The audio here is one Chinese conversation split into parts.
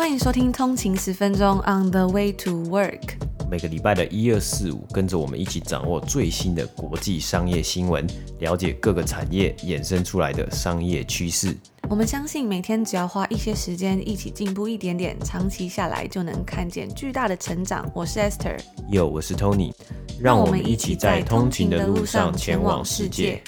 欢迎收听通勤10分钟 On the way to work。 每个礼拜的1、2、4、5，跟着我们一起掌握最新的国际商业新闻，了解各个产业衍生出来的商业趋势。 我们相信每天只要花一些时间一起进步一点点，长期下来就能看见巨大的成长。我是 Esther， 我是 Tony， 让我们一起在通勤的路上前往世界。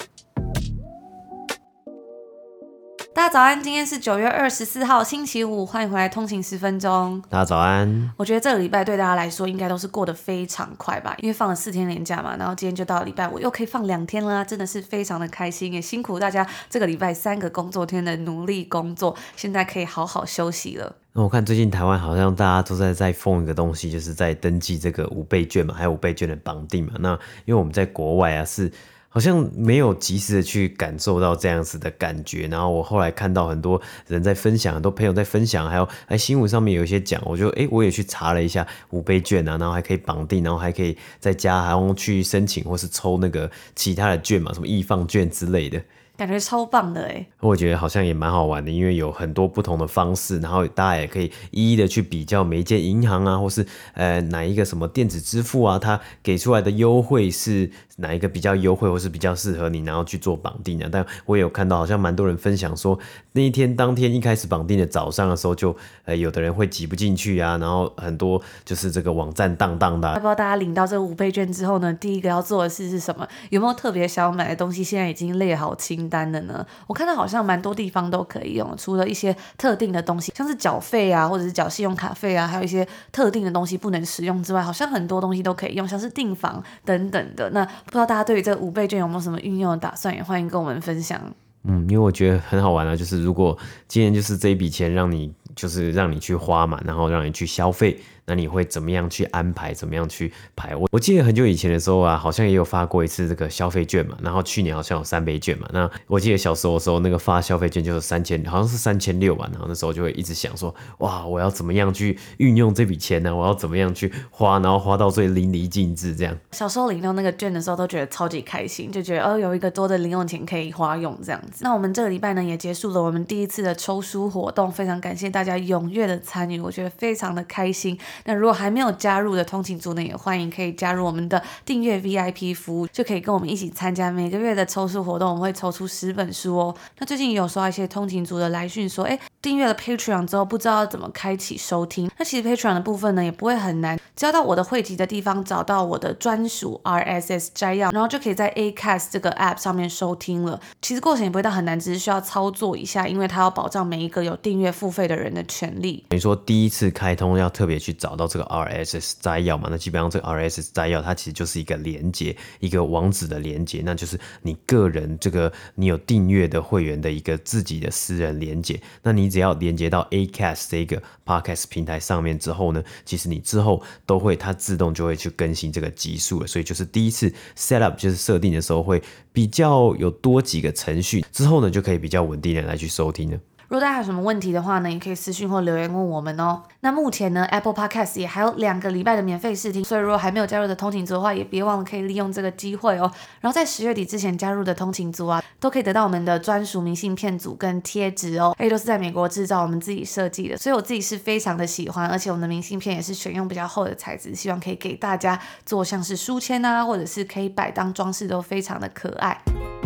大家早安，今天是9月24号星期五，欢迎回来通勤10分钟。 大家早安。 我觉得这个礼拜对大家来说应该都是过得非常快吧，因为放了4天连假嘛，然后今天就到礼拜五，又可以放2天啦，真的是非常的开心，也辛苦大家这个礼拜3个工作天的努力工作，现在可以好好休息了。 那我看最近台湾好像大家都在封一个东西，就是在登记这个5倍券嘛，还有5倍券的绑定嘛。那因为我们在国外啊是好像没有及时的去感受到这样子的感觉，然后我后来看到很多人在分享，很多朋友在分享，还有新闻上面有一些讲，我就我也去查了一下5倍券啊，然后还可以绑定，然后还可以在家还用去申请或是抽那个其他的券嘛，什么易放券之类的。 感觉超棒的耶。 我觉得好像也蛮好玩的，因为有很多不同的方式，然后大家也可以一一的去比较每一间银行啊，或是哪一个什么电子支付啊，它给出来的优惠是哪一个比较优惠，或是比较适合你，然后去做绑定啊。但我也有看到好像蛮多人分享说，那一天当天一开始绑定的早上的时候就有的人会挤不进去啊，然后很多就是这个网站当的啊。 不知道大家领到这个5倍券之后呢，第一个要做的事是什么？有没有特别想要买的东西现在已经列好清单了呢？我看到好像蛮多地方都可以用，除了一些特定的东西，像是缴费啊，或者是缴信用卡费啊，还有一些特定的东西不能使用之外，好像很多东西都可以用，像是订房等等的。那不知道大家对于这个5倍券有没有什么运用的打算，也欢迎跟我们分享。 因为我觉得很好玩啊，就是如果今天就是这一笔钱让你去花嘛，然后让你去消费，那你会怎么样去安排，怎么样去排？我记得很久以前的时候啊，好像也有发过一次这个消费券嘛，然后去年好像有3倍券嘛。那我记得小时候的时候，那个发消费券就是3000，好像是3600吧，然后那时候就会一直想说，哇，我要怎么样去运用这笔钱呢？我要怎么样去花，然后花到最淋漓尽致这样。 小时候领到那个券的时候，都觉得超级开心，就觉得有一个多的零用钱可以花用这样子。那我们这个礼拜呢，也结束了我们第一次的抽书活动，非常感谢大家踊跃的参与，我觉得非常的开心。那如果还没有加入的通勤族呢，也欢迎可以加入我们的订阅 VIP 服务，就可以跟我们一起参加每个月的抽书活动，我们会抽出10本书哦。那最近也有收到一些通勤族的来讯说，订阅了 Patreon 之后不知道怎么开启收听。那其实 Patreon 的部分呢也不会很难，只要到我的汇集的地方找到我的专属 RSS 摘要，然后就可以在 Acast 这个 App 上面收听了。其实过程也不会到很难，只是需要操作一下，因为它要保障每一个有订阅付费的人的权利。 你说第一次开通要特别去找到这个 RSS 摘要嘛？那基本上这个 RSS 摘要它其实就是一个连结，一个网址的连结，那就是你个人你有订阅的会员的一个自己的私人连结。那你只要连结到 Acast 这个 Podcast 平台上面之后呢，其实你之后它自动就会去更新这个集数了。所以就是第一次 set up 就是设定的时候会比较有多几个程序，之后呢就可以比较稳定的来去收听了。 如果大家有什么问题的话呢，也可以私讯或留言问我们哦。那目前呢 Apple Podcast 也还有2个礼拜的免费试听，所以如果还没有加入的通勤族的话，也别忘了可以利用这个机会哦。然后在10月底之前加入的通勤族啊，都可以得到我们的专属明信片组跟贴纸哦，都是在美国制造，我们自己设计的，所以我自己是非常的喜欢，而且我们的明信片也是选用比较厚的材质，希望可以给大家做像是书签啊，或者是可以摆当装饰，都非常的可爱。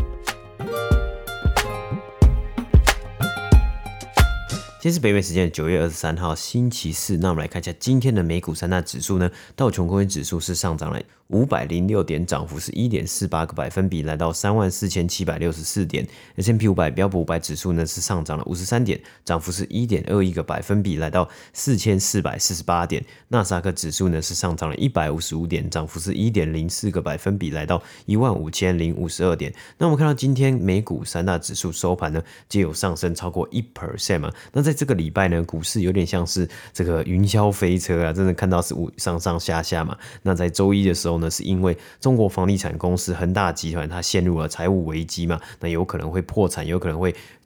今天是北美时间的9月23号星期四，那我们来看一下今天的美股3大指数呢。道琼工业指数是上涨了506点，涨幅是 1.48 个百分比，来到34,764点。S&P 500标普500指数呢是上涨了53点，涨幅是 1.21 个百分比，来到4448点。纳斯达克指数呢是上涨了155点，涨幅是 1.04 个百分比，来到15052点。那我们看到今天美股3大指数收盘呢，皆有上升超过 1% 嘛。那在这个礼拜呢，股市有点像是这个云霄飞车啊，真的看到是上上下下嘛。那在周一的时候呢，是因为中国房地产公司恒大集团它陷入了财务危机嘛，那有可能会破产，有可能会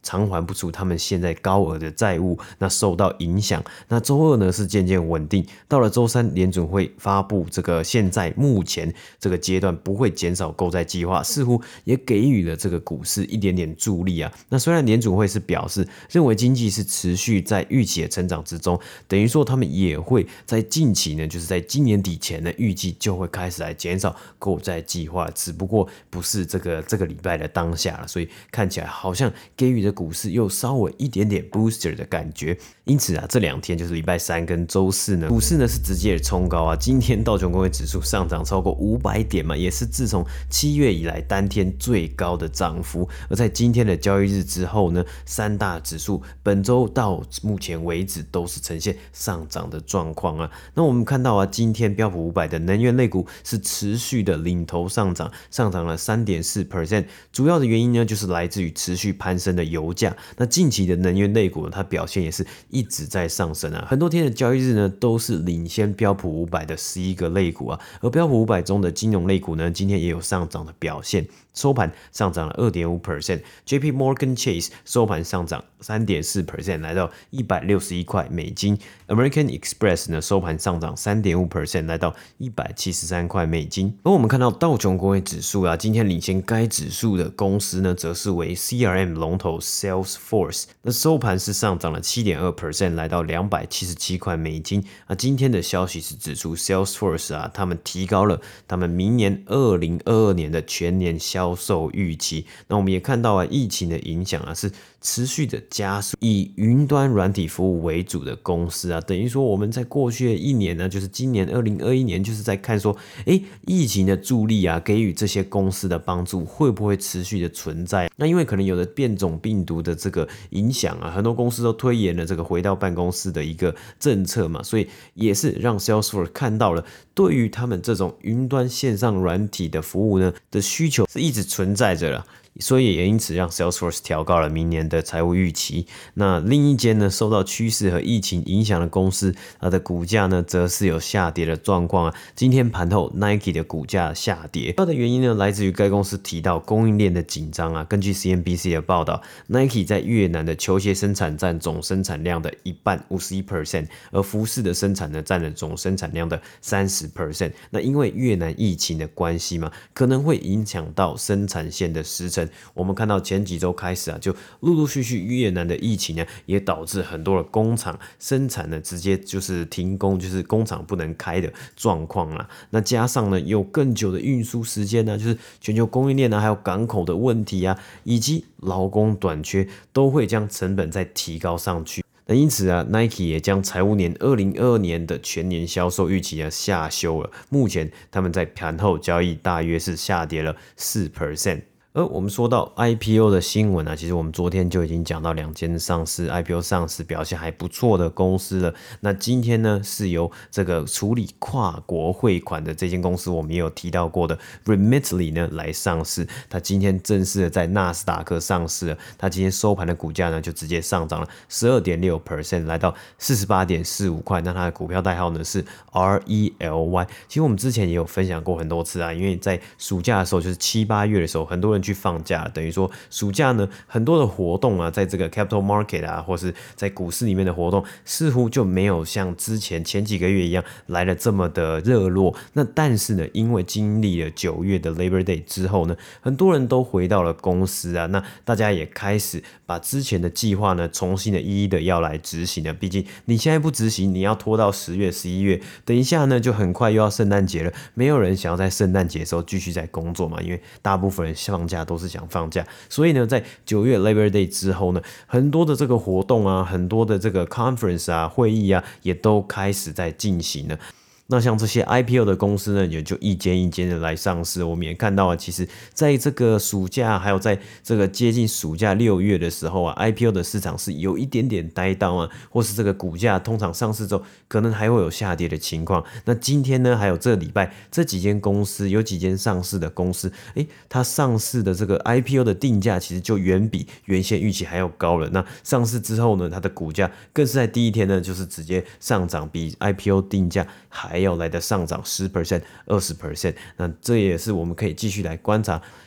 偿还不出他们现在高额的债务，那受到影响。那周二呢是渐渐稳定，到了周三联准会发布这个现在目前这个阶段不会减少购债计划，似乎也给予了这个股市一点点助力啊。那虽然联准会是表示认为经济是持续在预期的成长之中，等于说他们也会在近期呢，就是在今年底前呢，预计就会开始来减少购债计划，只不过不是这个礼拜的当下了，所以看起来好像给予的股市又稍微一点点 booster 的感觉。因此啊，这2天就是礼拜三跟周四呢，股市呢是直接的冲高啊。今天道琼工业指数上涨超过500点嘛，也是自从7月以来单天最高的涨幅。而在今天的交易日之后呢，3大指数本周到目前为止都是呈现上涨的状况啊。那我们看到啊，今天标普500的能源类股是持续的领头上涨，上涨了 3.4%， 主要的原因呢就是来自于持续攀升的油价。那近期的能源类股它表现也是一直在上升啊，很多天的交易日呢都是领先标普500的11个类股啊，而标普500中的金融类股呢今天也有上涨的表现，收盘上涨了 2.5%，JP Morgan Chase 收盘上涨 3.4%， 来到161块美金， American Express 呢收盘上涨 3.5%， 来到173块美金。而我们看到道琼工业指数啊，今天领先该指数的公司呢则是为 CRM 龙头 Salesforce， 那收盘是上涨了 7.2%， 来到277块美金。今天的消息是指出 Salesforce 啊，他们提高了他们明年2022年的全年销售预期。那我们也看到啊，疫情的影响啊是持续的加速，以云端软体服务为主的公司啊，等于说我们在过去的一年呢，就是今年2021年，就是在看说，疫情的助力啊，给予这些公司的帮助会不会持续的存在？那因为可能有的变种病毒的这个影响啊，很多公司都推延了这个回到办公室的一个政策嘛，所以也是让 Salesforce 看到了对于他们这种云端线上软体的服务呢的需求是一直存在着了。所以也因此让 Salesforce 调高了明年的财务预期。那另一间呢，受到趋势和疫情影响的公司，它的股价呢，则是有下跌的状况啊。今天盘后 Nike 的股价下跌，主要的原因呢，来自于该公司提到供应链的紧张啊。根据 CNBC 的报道 ，Nike 在越南的球鞋生产占总生产量的一半51%，而服饰的生产呢，占了总生产量的30%。那因为越南疫情的关系嘛，可能会影响到生产线的时程。我们看到前几周开始啊，就陆陆续续越南的疫情呢，也导致很多的工厂生产呢直接就是停工，就是工厂不能开的状况啦。那加上呢有更久的运输时间呢，就是全球供应链啊，还有港口的问题啊，以及劳工短缺，都会将成本再提高上去。那因此啊 ，Nike 也将财务年2022年的全年销售预期下修了。目前他们在盘后交易大约是下跌了4%。而我们说到 IPO 的新闻啊，其实我们昨天就已经讲到2间上市 IPO 上市表现还不错的公司了。那今天呢，是由这个处理跨国汇款的这间公司，我们也有提到过的 Remitly 呢来上市。它今天正式的在纳斯达克上市了。它今天收盘的股价呢，就直接上涨了 12.6%， 来到 48.45 块。那它的股票代号呢是 RELY。其实我们之前也有分享过很多次啊，因为在暑假的时候，就是7、8月的时候，很多人去放假，等于说暑假呢很多的活动啊，在这个 capital market 啊，或是在股市里面的活动，似乎就没有像之前前几个月一样来的这么的热络。那但是呢，因为经历了9月的 Labor Day 之后呢，很多人都回到了公司啊，那大家也开始把之前的计划呢重新的一一的要来执行了。毕竟你现在不执行，你要拖到10月、11月，等一下呢就很快又要圣诞节了，没有人想要在圣诞节的时候继续在工作嘛，因为大部分人放假都是想放假，所以呢，在9月 Labor Day 之后呢，很多的这个活动啊，很多的这个 conference 啊、会议啊，也都开始在进行了。那像这些 IPO 的公司呢，也就一间一间的来上市。我们也看到啊，其实在这个暑假，还有在这个接近暑假6月的时候啊 ，IPO 的市场是有一点点呆档啊，或是这个股价通常上市之后，可能还会有下跌的情况。那今天呢，还有这礼拜这几间公司，有几间上市的公司，它上市的这个 IPO 的定价其实就远比原先预期还要高了。那上市之后呢，它的股价更是在第一天呢，就是直接上涨，比 IPO 定价还要来的上涨10%、20%。那这也是我们可以继续来观察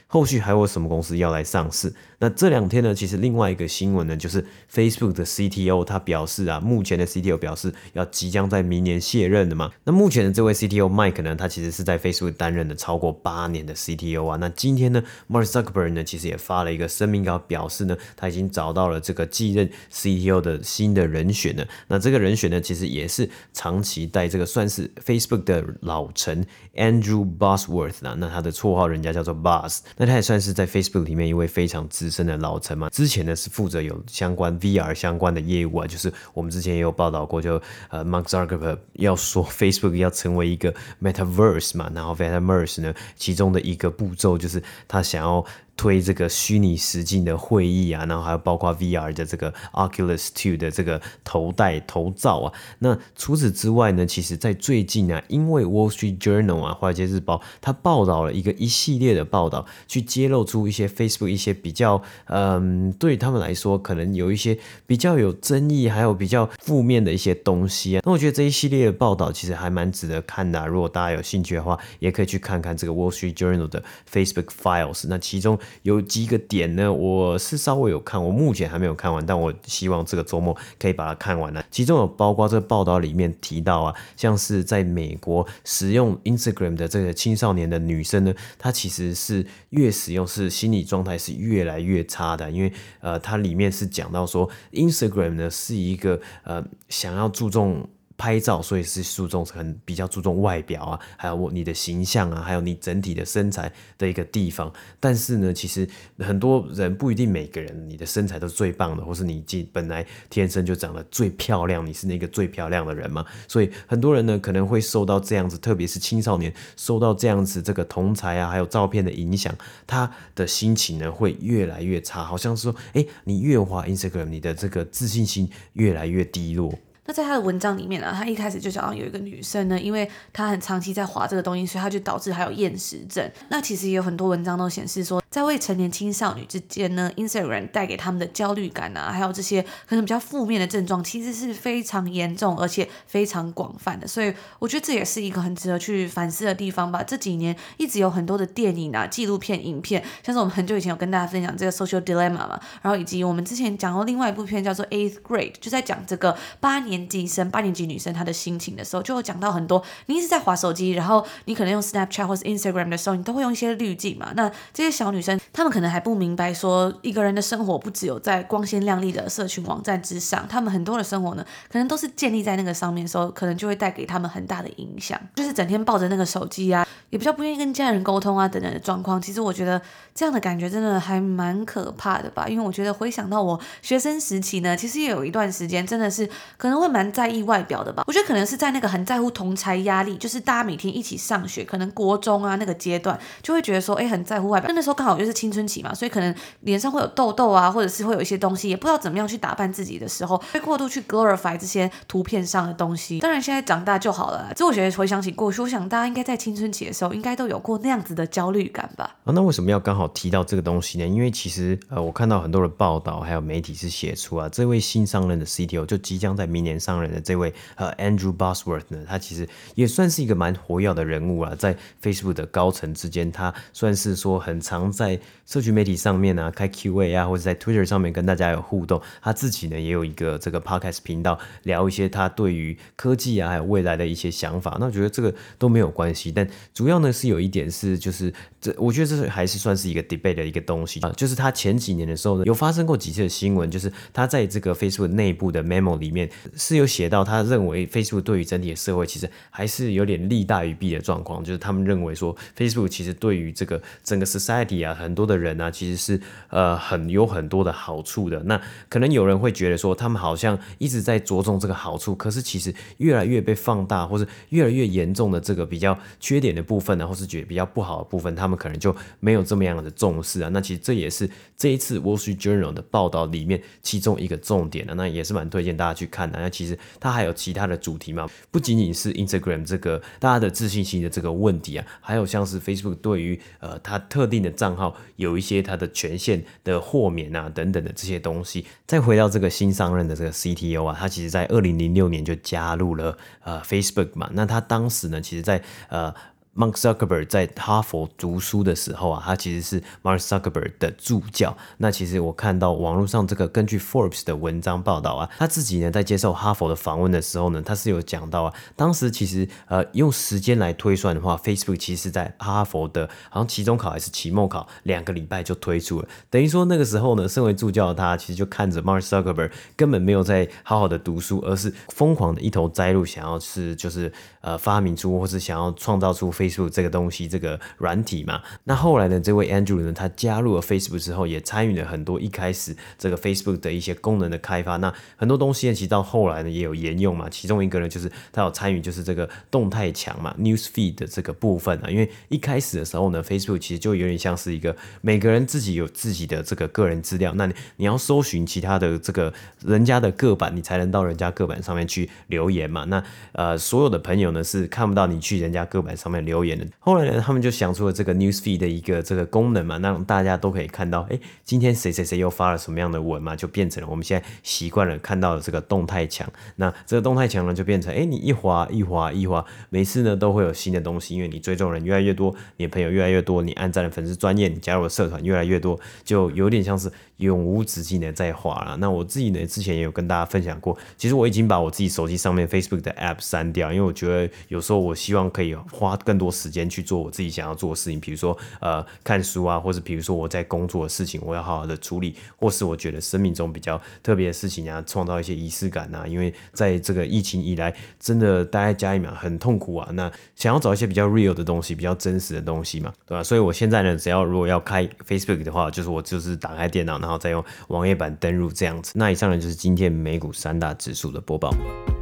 后续还有什么公司要来上市。那这2天呢，其实另外一个新闻呢，就是 Facebook 的 CTO 他表示啊，目前的 CTO 表示要即将在明年卸任的嘛。那目前的这位 CTO Mike 呢，他其实是在 Facebook 担任了超过8年的 CTO 啊。那今天呢 Mark Zuckerberg 呢，其实也发了一个声明稿，表示呢，他已经找到了这个继任 CTO 的新的人选了。那这个人选呢，其实也是长期在这个算是 Facebook 的老臣 Andrew Bosworth 啊，那他的绰号人家叫做 Boss， 那他也算是在 Facebook 里面一位非常资深的老臣嘛。之前呢是负责有相关 VR 相关的业务啊，就是我们之前也有报道过，就Mark Zuckerberg 要说 Facebook 要成为一个 Metaverse 嘛，然后 Metaverse 呢其中的一个步骤就是他想要推这个虚拟实境的会议啊，然后还有包括 VR 的这个 Oculus 2的这个头罩啊。那除此之外呢，其实在最近啊，因为 Wall Street Journal 啊，华尔街日报，它报道了一系列的报道，去揭露出一些 Facebook 一些比较对他们来说可能有一些比较有争议，还有比较负面的一些东西啊。那我觉得这一系列的报道其实还蛮值得看的啊，如果大家有兴趣的话，也可以去看看这个 Wall Street Journal 的 Facebook Files。那其中有几个点呢，我是稍微有看，我目前还没有看完，但我希望这个周末可以把它看完了。其中有包括这个报道里面提到啊，像是在美国使用 Instagram 的这个青少年的女生呢，她其实是越使用是心理状态是越来越差的，因为它里面是讲到说 Instagram 呢是一个想要注重拍照，所以是比较注重外表啊，还有你的形象啊，还有你整体的身材的一个地方。但是呢，其实很多人不一定每个人你的身材都是最棒的，或是你本来天生就长得最漂亮，你是那个最漂亮的人嘛。所以很多人呢可能会受到这样子，特别是青少年受到这样子这个同侪啊，还有照片的影响，他的心情呢会越来越差，好像是说，你越滑 Instagram， 你的这个自信心越来越低落。 那在他的文章里面啊，他一开始就讲到有一个女生呢，因为她很长期在滑这个东西，所以她就导致还有厌食症。那其实也有很多文章都显示说，在未成年青少女之间呢 ，Instagram 带给他们的焦虑感啊，还有这些可能比较负面的症状，其实是非常严重而且非常广泛的。所以我觉得这也是一个很值得去反思的地方吧。这几年一直有很多的电影啊、纪录片、影片，像是我们很久以前有跟大家分享这个 Social Dilemma 嘛，然后以及我们之前讲过另外一部片叫做 Eighth Grade， 就在讲这个8年级女生她的心情的时候，就有讲到很多，你一直在滑手机，然后你可能用 Snapchat 或是 Instagram 的时候，你都会用一些滤镜嘛。那这些小女生，她们可能还不明白说，一个人的生活不只有在光鲜亮丽的社群网站之上，她们很多的生活呢，可能都是建立在那个上面的时候，可能就会带给她们很大的影响，就是整天抱着那个手机啊，也比较不愿意跟家人沟通啊等等的状况。其实我觉得这样的感觉真的还蛮可怕的吧，因为我觉得回想到我学生时期呢，其实也有一段时间真的是可能会蛮在意外表的吧。我觉得可能是在那个很在乎同侪压力，就是大家每天一起上学，可能国中啊那个阶段，就会觉得说，很在乎外表。那时候刚好就是青春期嘛，所以可能脸上会有痘痘啊，或者是会有一些东西，也不知道怎么样去打扮自己的时候，会过度去 glorify 这些图片上的东西。当然现在长大就好了啦，这我觉得回想起过去，我想大家应该在青春期的时候，应该都有过那样子的焦虑感吧。 那为什么要刚好提到这个东西呢？因为其实我看到很多的报道，还有媒体是写出啊，这位新上任的 CTO 就即将在明年上任的这位Andrew Bosworth 呢，他其实也算是一个蛮活跃的人物啊，在 Facebook 的高层之间，他算是说很常在社群媒体上面啊开 Q&A 啊，或者在 Twitter 上面跟大家有互动。他自己呢也有一个这个 Podcast 频道，聊一些他对于科技啊还有未来的一些想法。那我觉得这个都没有关系，但主要呢是有一点是就是我觉得这还是算是一个 debate 的一个东西啊，就是他前几年的时候呢有发生过几次的新闻，就是他在这个 Facebook 内部的 memo 里面是有写到他认为 Facebook 对于整体的社会其实还是有点利大于弊的状况，就是他们认为说 Facebook 其实对于这个整个 society 啊很多的人啊其实是有很多的好处的。那可能有人会觉得说他们好像一直在着重这个好处，可是其实越来越被放大，或是越来越严重的这个比较缺点的部分啊，或是觉得比较不好的部分，他们可能就没有这么样的重视啊。那其实这也是这一次 Wall Street Journal 的报道里面其中一个重点啊，那也是蛮推荐大家去看的。那其实它还有其他的主题嘛，不仅仅是 Instagram 这个大家的自信心的这个问题啊，还有像是 Facebook 对于它特定的账号有一些它的权限的豁免啊等等的这些东西。再回到这个新上任的这个 CTO 啊，他其实在2006年就加入了Facebook 嘛，那他当时呢其实在 Mark Zuckerberg 在哈佛读书的时候啊，他其实是 Mark Zuckerberg 的助教。那其实我看到网络上这个根据 Forbes 的文章报道啊，他自己呢在接受哈佛的访问的时候呢，他是有讲到啊，当时其实用时间来推算的话 ，Facebook 其实是在哈佛的好像期中考还是期末考2个礼拜就推出了，等于说那个时候呢，身为助教的他其实就看着 Mark Zuckerberg 根本没有在好好的读书，而是疯狂的一头栽入，想要就是发明出或是想要创造出 Facebook 这个东西这个软体嘛。那后来呢，这位 Andrew 呢，他加入了 Facebook 之后，也参与了很多一开始这个 Facebook 的一些功能的开发。那很多东西呢，其实到后来呢也有沿用嘛。其中一个呢，就是他有参与就是这个动态墙嘛 ，Newsfeed 的这个部分啊。因为一开始的时候呢 ，Facebook 其实就有点像是一个每个人自己有自己的这个个人资料，那你要搜寻其他的这个人家的个版，你才能到人家个版上面去留言嘛。那所有的朋友呢是看不到你去人家个版上面留言的。后来呢，他们就想出了这个 Newsfeed 的一个这个功能嘛，让大家都可以看到，今天谁谁谁又发了什么样的文嘛，就变成了我们现在习惯了看到的这个动态墙。那这个动态墙呢，就变成你一滑一滑一滑，每次呢都会有新的东西，因为你追踪人越来越多，你的朋友越来越多，你按赞的粉丝专页，你加入的社团越来越多，就有点像是永无止境的在滑啦。那我自己呢，之前也有跟大家分享过，其实我已经把我自己手机上面 Facebook 的 App 删掉，因为我觉得有时候我希望可以花更多时间去做我自己想要做的事情，比如说看书啊，或是比如说我在工作的事情，我要好好的处理，或是我觉得生命中比较特别的事情啊，创造一些仪式感啊。因为在这个疫情以来，真的待在家里面很痛苦啊，那想要找一些比较 real 的东西，比较真实的东西嘛，对吧？所以我现在呢，如果要开 Facebook 的话，我就是打开电脑，然后再用网页版登入这样子。那以上呢就是今天美股3大指数的播报。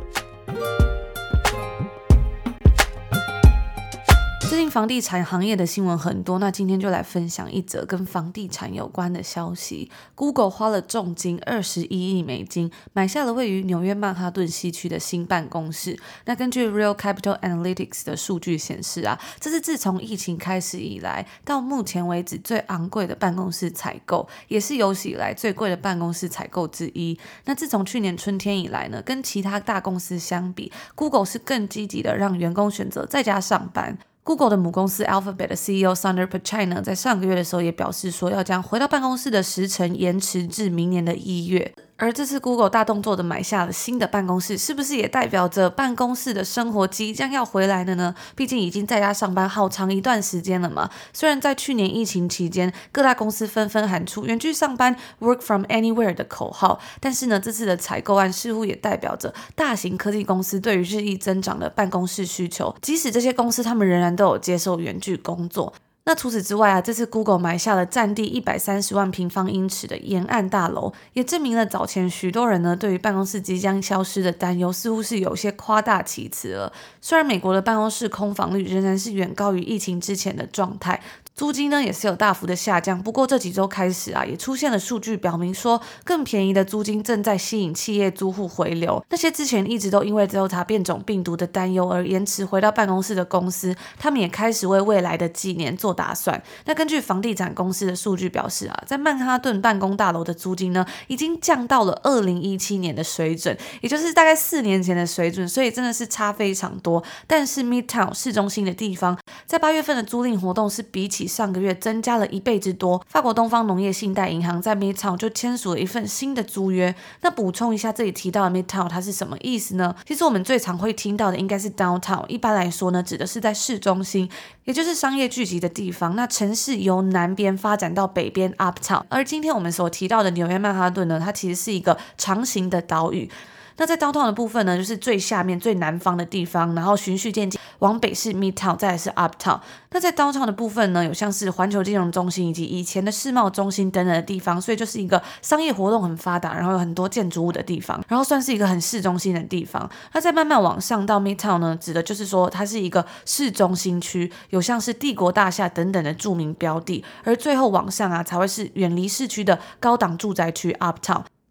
最近房地产行业的新闻很多，那今天就来分享一则跟房地产有关的消息。Google 花了重金21亿美金买下了位于纽约曼哈顿西区的新办公室。那根据 Real Capital Analytics 的数据显示啊，这是自从疫情开始以来到目前为止最昂贵的办公室采购，也是有史以来最贵的办公室采购之一。那自从去年春天以来呢，跟其他大公司相比， Google 是更积极的让员工选择在家上班。Google 的母公司 Alphabet 的 CEO Sundar Pichai 呢，在上个月的时候也表示说，要将回到办公室的时程延迟至明年的1月。而这次 Google 大动作的买下了新的办公室，是不是也代表着办公室的生活即将要回来了呢？毕竟已经在家上班好长一段时间了嘛。虽然在去年疫情期间，各大公司纷纷喊出远距上班 Work from Anywhere 的口号，但是呢，这次的采购案似乎也代表着大型科技公司对于日益增长的办公室需求，即使这些公司他们仍然都有接受远距工作。那除此之外啊，这次 Google 买下了占地130万平方英尺的沿岸大楼，也证明了早前许多人呢对于办公室即将消失的担忧似乎是有些夸大其词了。虽然美国的办公室空房率仍然是远高于疫情之前的状态，租金呢也是有大幅的下降，不过这几周开始啊，也出现了数据表明说，更便宜的租金正在吸引企业租户回流。那些之前一直都因为Delta变种病毒的担忧而延迟回到办公室的公司，他们也开始为未来的几年做打算。那根据房地产公司的数据表示啊，在曼哈顿办公大楼的租金呢，已经降到了2017年的水准，也就是大概4年前的水准，所以真的是差非常多。但是 Midtown 市中心的地方，在8月份的租赁活动是比起上个月增加了1倍之多。法国东方农业信贷银行在 Midtown 就签署了一份新的租约。那补充一下，这里提到的 Midtown 它是什么意思呢？其实我们最常会听到的应该是 Downtown， 一般来说呢，指的是在市中心，也就是商业聚集的地方。那城市由南边发展到北边 Uptown， 而今天我们所提到的纽约曼哈顿呢，它其实是一个长形的岛屿。那在 downtown 的部分呢，就是最下面最南方的地方，然后循序渐进往北是 midtown， 再来是 uptown。那在 downtown 的部分呢，有像是环球金融中心以及以前的世贸中心等等的地方，所以就是一个商业活动很发达，然后有很多建筑物的地方，然后算是一个很市中心的地方。那再慢慢往上到 midtown 呢，指的就是说它是一个市中心区，有像是帝国大厦等等的著名标的，而最后往上啊，才会是远离市区的高档住宅区 uptown。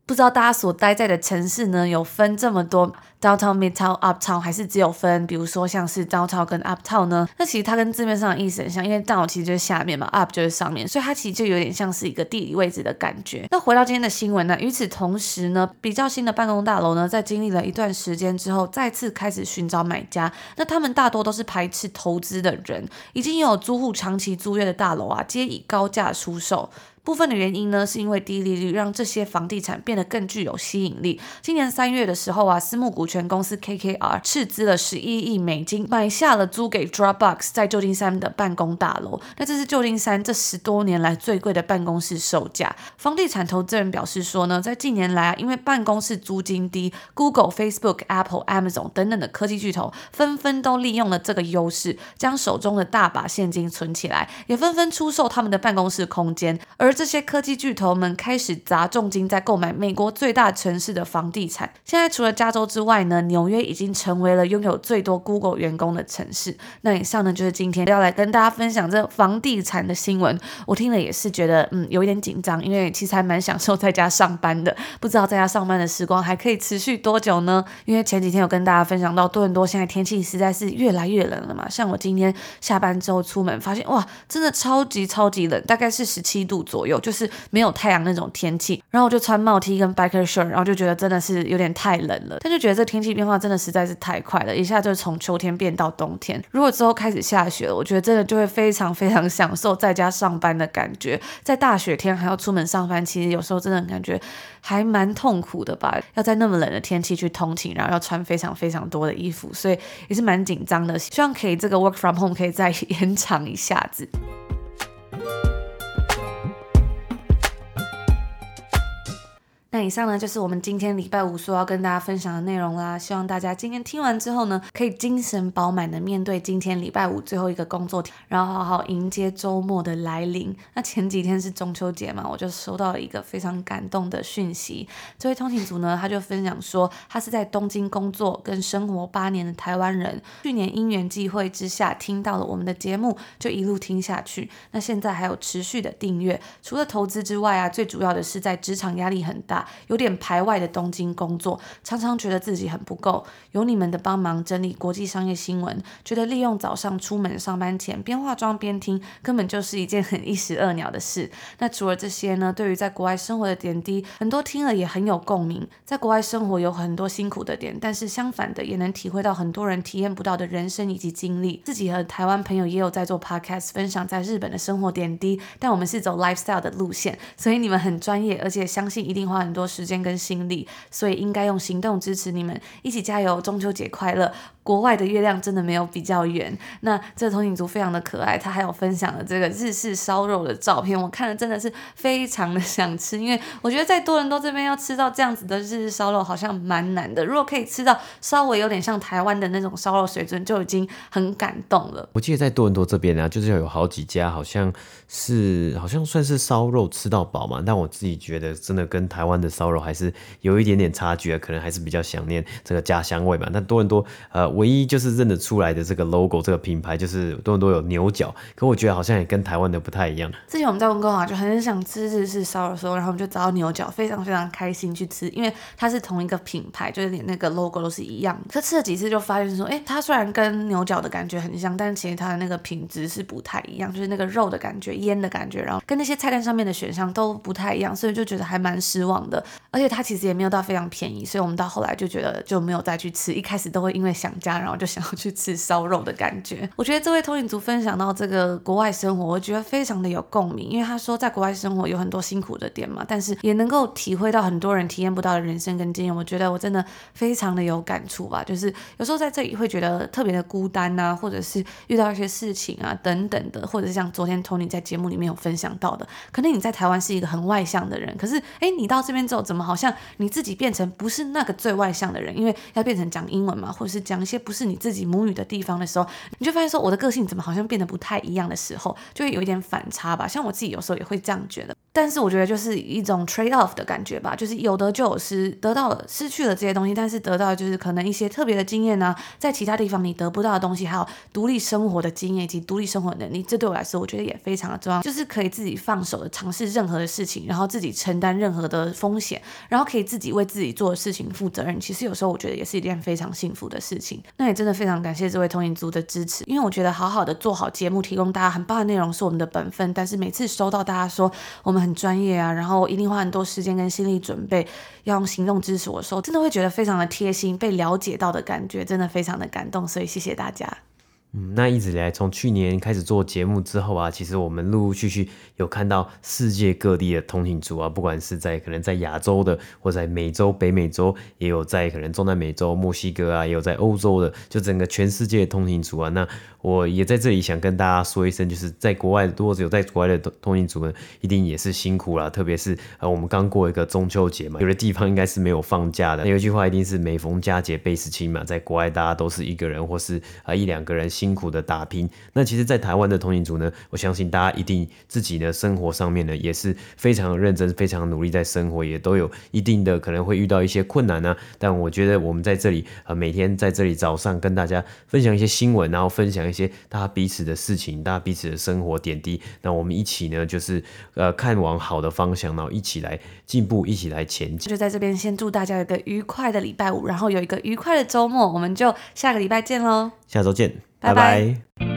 不知道大家所待在的城市呢，有分这么多 downtown、midtown、uptown， 还是只有分比如说像是 downtown 跟 uptown 呢？那其实它跟字面上的意思很像，因为 down 其实就是下面嘛， up 就是上面，所以它其实就有点像是一个地理位置的感觉。那回到今天的新闻呢，与此同时呢，比较新的办公大楼呢，在经历了一段时间之后，再次开始寻找买家。那他们大多都是排斥投资的人，已经有租户长期租约的大楼啊，皆以高价出售。部分的原因呢，是因为低利率让这些房地产变得更具有吸引力。今年3月的时候啊，私募股权公司 KKR 斥资了11亿美金买下了租给 Dropbox 在旧金山的办公大楼。那这是旧金山这10多年来最贵的办公室售价。房地产投资人表示说呢，在近年来啊，因为办公室租金低 ，Google、Facebook、Apple、Amazon 等等的科技巨头纷纷都利用了这个优势，将手中的大把现金存起来，也纷纷出售他们的办公室空间。而这些科技巨头们开始砸重金在购买美国最大城市的房地产。现在除了加州之外呢，纽约已经成为了拥有最多 Google 员工的城市。那以上呢，就是今天要来跟大家分享这房地产的新闻。我听了也是觉得有一点紧张，因为其实还蛮享受在家上班的。不知道在家上班的时光还可以持续多久呢？因为前几天有跟大家分享到多伦多现在天气实在是越来越冷了嘛。像我今天下班之后出门发现，哇，真的超级冷，大概是17度左右，就是没有太阳那种天气。然后我就穿帽 T 跟 biker shirt， 然后就觉得真的是有点太冷了。但就觉得这天气变化真的实在是太快了，一下就从秋天变到冬天。如果之后开始下雪了，我觉得真的就会非常享受在家上班的感觉。在大雪天还要出门上班，其实有时候真的感觉还蛮痛苦的吧，要在那么冷的天气去通勤，然后要穿非常多的衣服，所以也是蛮紧张的。希望可以这个 work from home 可以再延长一下子。那以上呢，就是我们今天礼拜五所要跟大家分享的内容啦。希望大家今天听完之后呢，可以精神饱满的面对今天礼拜五最后一个工作天，然后好好迎接周末的来临。那前几天是中秋节嘛，我就收到了一个非常感动的讯息。这位通勤族呢，他就分享说，他是在东京工作跟生活8年的台湾人，去年因缘际会之下听到了我们的节目，就一路听下去。那现在还有持续的订阅。除了投资之外啊，最主要的是在职场压力很大，有点排外的东京工作，常常觉得自己很不够。有你们的帮忙整理国际商业新闻，觉得利用早上出门上班前边化妆边听，根本就是一件很一石二鸟的事。那除了这些呢，对于在国外生活的点滴，很多听了也很有共鸣。在国外生活有很多辛苦的点，但是相反的也能体会到很多人体验不到的人生以及经历。自己和台湾朋友也有在做 podcast 分享在日本的生活点滴，但我们是走 lifestyle 的路线，所以你们很专业，而且相信一定花很多时间跟心力，所以应该用行动支持你们，一起加油！中秋节快乐！国外的月亮真的没有比较圆。那这个通勤族非常的可爱，他还有分享了这个日式烧肉的照片，我看了真的是非常的想吃，因为我觉得在多伦多这边要吃到这样子的日式烧肉好像蛮难的，如果可以吃到稍微有点像台湾的那种烧肉水准，就已经很感动了。 我记得在多伦多这边啊，就是有好几家好像算是烧肉吃到饱嘛，但我自己觉得真的跟台湾的烧肉还是有一点点差距啊，可能还是比较想念这个家乡味嘛。那多伦多唯一就是认得出来的这个 logo 这个品牌就是多伦多有牛角，可我觉得好像也跟台湾的不太一样。 之前我们在温哥华就很想吃日式烧肉的时候，然后我们就找到牛角，非常开心去吃，因为它是同一个品牌，就是连那个 logo 都是一样的。可吃了几次就发现说，它虽然跟牛角的感觉很像，但其实它的那个品质是不太一样，就是那个肉的感觉、腌的感觉，然后跟那些菜单上面的选项都不太一样，所以就觉得还蛮失望的。而且它其实也没有到非常便宜，所以我们到后来就觉得就没有再去吃。一开始都会因为想家，然后就想要去吃烧肉的感觉。我觉得这位通勤族分享到这个国外生活，我觉得非常的有共鸣，因为他说在国外生活有很多辛苦的点嘛，但是也能够体会到很多人体验不到的人生跟经验。我觉得我真的非常的有感触吧，就是有时候在这里会觉得特别的孤单啊，或者是遇到一些事情啊等等的，或者是像昨天 Tony 在节目里面有分享到的，可能你在台湾是一个很外向的人，可是你到这边之后怎么好像你自己变成不是那个最外向的人，因为要变成讲英文嘛，或者是讲一些些不是你自己母语的地方的时候，你就发现说我的个性怎么好像变得不太一样的时候，就会有一点反差吧。像我自己有时候也会这样觉得，但是我觉得就是一种 trade off 的感觉吧，就是有得就有失，得到了失去了这些东西，但是得到的就是可能一些特别的经验啊，在其他地方你得不到的东西，还有独立生活的经验以及独立生活的能力，这对我来说我觉得也非常的重要，就是可以自己放手的尝试任何的事情，然后自己承担任何的风险，然后可以自己为自己做的事情负责任。其实有时候我觉得也是一件非常幸福的事情。那也真的非常感谢这位通勤族的支持，因为我觉得好好的做好节目，提供大家很棒的内容是我们的本分，但是每次收到大家说我们很专业啊，然后一定花很多时间跟心力准备，要用行动支持我的时候，真的会觉得非常的贴心，被了解到的感觉真的非常的感动，所以谢谢大家。 那一直以来，从去年开始做节目之后啊，其实我们陆陆续续有看到世界各地的通勤族啊，不管是可能在亚洲的，或在美洲、北美洲，也有在可能中南美洲、墨西哥啊，也有在欧洲的，就整个全世界的通勤族啊。那我也在这里想跟大家说一声，就是在国外，如果有在国外的通勤族呢，一定也是辛苦啦，特别是我们刚过一个中秋节嘛，有的地方应该是没有放假的。有一句话一定是每逢佳节倍思亲嘛，在国外大家都是一个人或是一两个人辛苦的打拼。那其实在台湾的通勤族呢，我相信大家一定自己呢生活上面呢也是非常认真非常努力在生活，也都有一定的可能会遇到一些困难啊。但我觉得我们在这里每天在这里早上跟大家分享一些新闻，然后分享一些大家彼此的事情，大家彼此的生活点滴，那我们一起呢就是看往好的方向，然后一起来进步，一起来前进。 就在这边先祝大家有一个愉快的礼拜五，然后有一个愉快的周末，我们就下个礼拜见咯， 下周见， 拜拜。